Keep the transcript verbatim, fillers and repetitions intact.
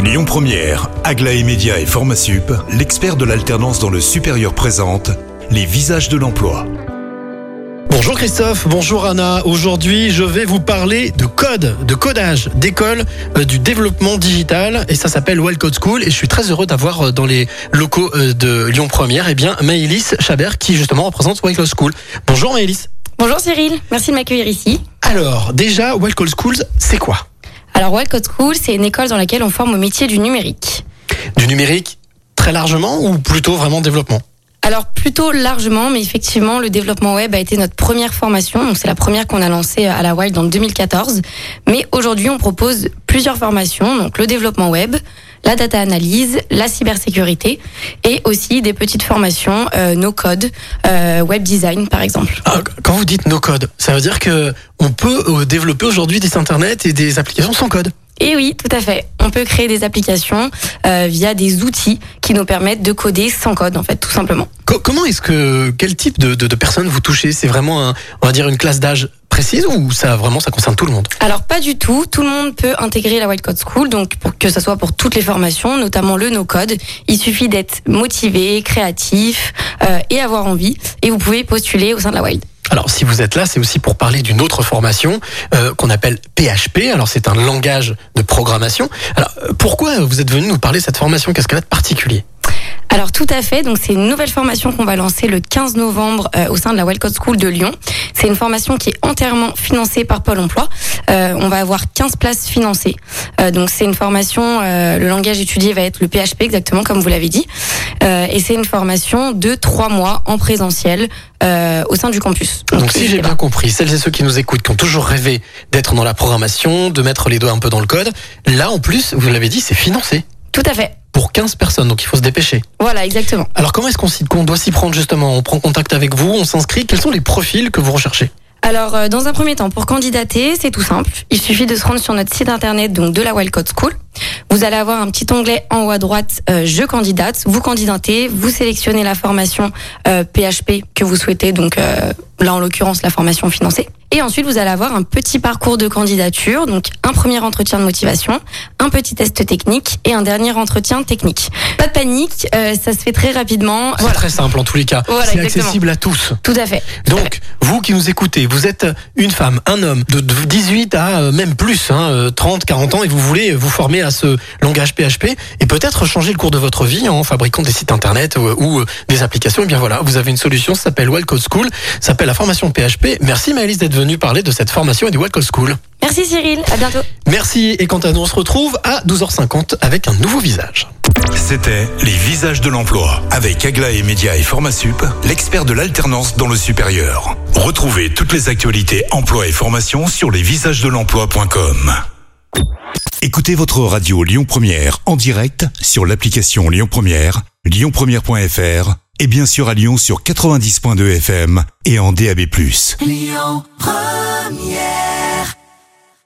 Lyon Première, Aglaé Média et Formasup, l'expert de l'alternance dans le supérieur présente les visages de l'emploi. Bonjour Christophe, bonjour Anna. Aujourd'hui, je vais vous parler de code, de codage, d'école euh, du développement digital et ça s'appelle Wild Code School et je suis très heureux d'avoir euh, dans les locaux euh, de Lyon Première, eh bien Maëlys Chabert qui justement représente Wild Code School. Bonjour Maëlys. Bonjour Cyril, merci de m'accueillir ici. Alors, déjà, Wild Code School, c'est quoi ? Alors Wild Code School, c'est une école dans laquelle on forme au métier du numérique. Du numérique très largement ou plutôt vraiment développement ? Alors plutôt largement, mais effectivement le développement web a été notre première formation, donc c'est la première qu'on a lancée à la Wild en deux mille quatorze. Mais aujourd'hui on propose plusieurs formations, donc le développement web, la data analyse, la cybersécurité et aussi des petites formations euh, no code, euh, web design par exemple. Ah, quand vous dites no code, ça veut dire que on peut euh, développer aujourd'hui des sites internet et des applications sans code ? Et oui, tout à fait. On peut créer des applications euh, via des outils qui nous permettent de coder sans code, en fait, tout simplement. Co- comment est-ce que, quel type de, de, de personnes vous touchez ? C'est vraiment, un, on va dire, une classe d'âge précise ou ça vraiment ça concerne tout le monde ? Alors pas du tout. Tout le monde peut intégrer la Wild Code School, donc pour que ça soit pour toutes les formations, notamment le no-code. Il suffit d'être motivé, créatif euh, et avoir envie, et vous pouvez postuler au sein de la Wild. Alors, si vous êtes là, c'est aussi pour parler d'une autre formation euh, qu'on appelle P H P. Alors, c'est un langage de programmation. Alors, pourquoi vous êtes venu nous parler de cette formation ? Qu'est-ce qu'elle a de particulier ? Alors tout à fait, donc c'est une nouvelle formation qu'on va lancer le quinze novembre euh, au sein de la Wild Code School de Lyon. C'est une formation qui est entièrement financée par Pôle emploi. Euh, on va avoir quinze places financées. Euh, donc c'est une formation, euh, le langage étudié va être le P H P exactement comme vous l'avez dit. Euh, et c'est une formation de trois mois en présentiel euh, au sein du campus. Donc, donc si j'ai bien compris, celles et ceux qui nous écoutent, qui ont toujours rêvé d'être dans la programmation, de mettre les doigts un peu dans le code, là en plus, vous l'avez dit, c'est financé. Tout à fait. Pour quinze personnes, donc il faut se dépêcher. Voilà, exactement. Alors comment est-ce qu'on, s'y, qu'on doit s'y prendre justement ? On prend contact avec vous, on s'inscrit. Quels sont les profils que vous recherchez ? Alors, euh, dans un premier temps, pour candidater, c'est tout simple. Il suffit de se rendre sur notre site internet donc de la Wild Code School. Vous allez avoir un petit onglet en haut à droite, euh, je candidate. Vous candidatez, vous sélectionnez la formation euh, P H P que vous souhaitez, donc euh, là en l'occurrence la formation financée. Et ensuite, vous allez avoir un petit parcours de candidature, donc un premier entretien de motivation, un petit test technique et un dernier entretien technique. Pas de panique, euh, ça se fait très rapidement. C'est voilà. Très simple en tous les cas. Voilà, c'est exactement. Accessible à tous. Tout à fait. Donc, Tout à fait. Vous qui nous écoutez, vous êtes une femme, un homme de dix-huit à euh, même plus, hein, trente, quarante ans, et vous voulez vous former à ce langage P H P et peut-être changer le cours de votre vie en fabriquant des sites internet ou, ou des applications. Et bien voilà, vous avez une solution, ça s'appelle Wild Code School, ça s'appelle la formation P H P. Merci Maëlys d'être venue parler de cette formation et du Wild Code School. Merci Cyril, à bientôt. Merci, et quant à nous, on se retrouve à douze heures cinquante avec un nouveau visage. C'était les visages de l'emploi avec Aglaé Média et Formasup, l'expert de l'alternance dans le supérieur. Retrouvez toutes les actualités emploi et formation sur lesvisagesdelemploi point com. Écoutez votre radio Lyon Première en direct sur l'application Lyon Première, lyon première point f r et bien sûr à Lyon sur quatre-vingt-dix point deux F M et en D A B plus. Lyon Première.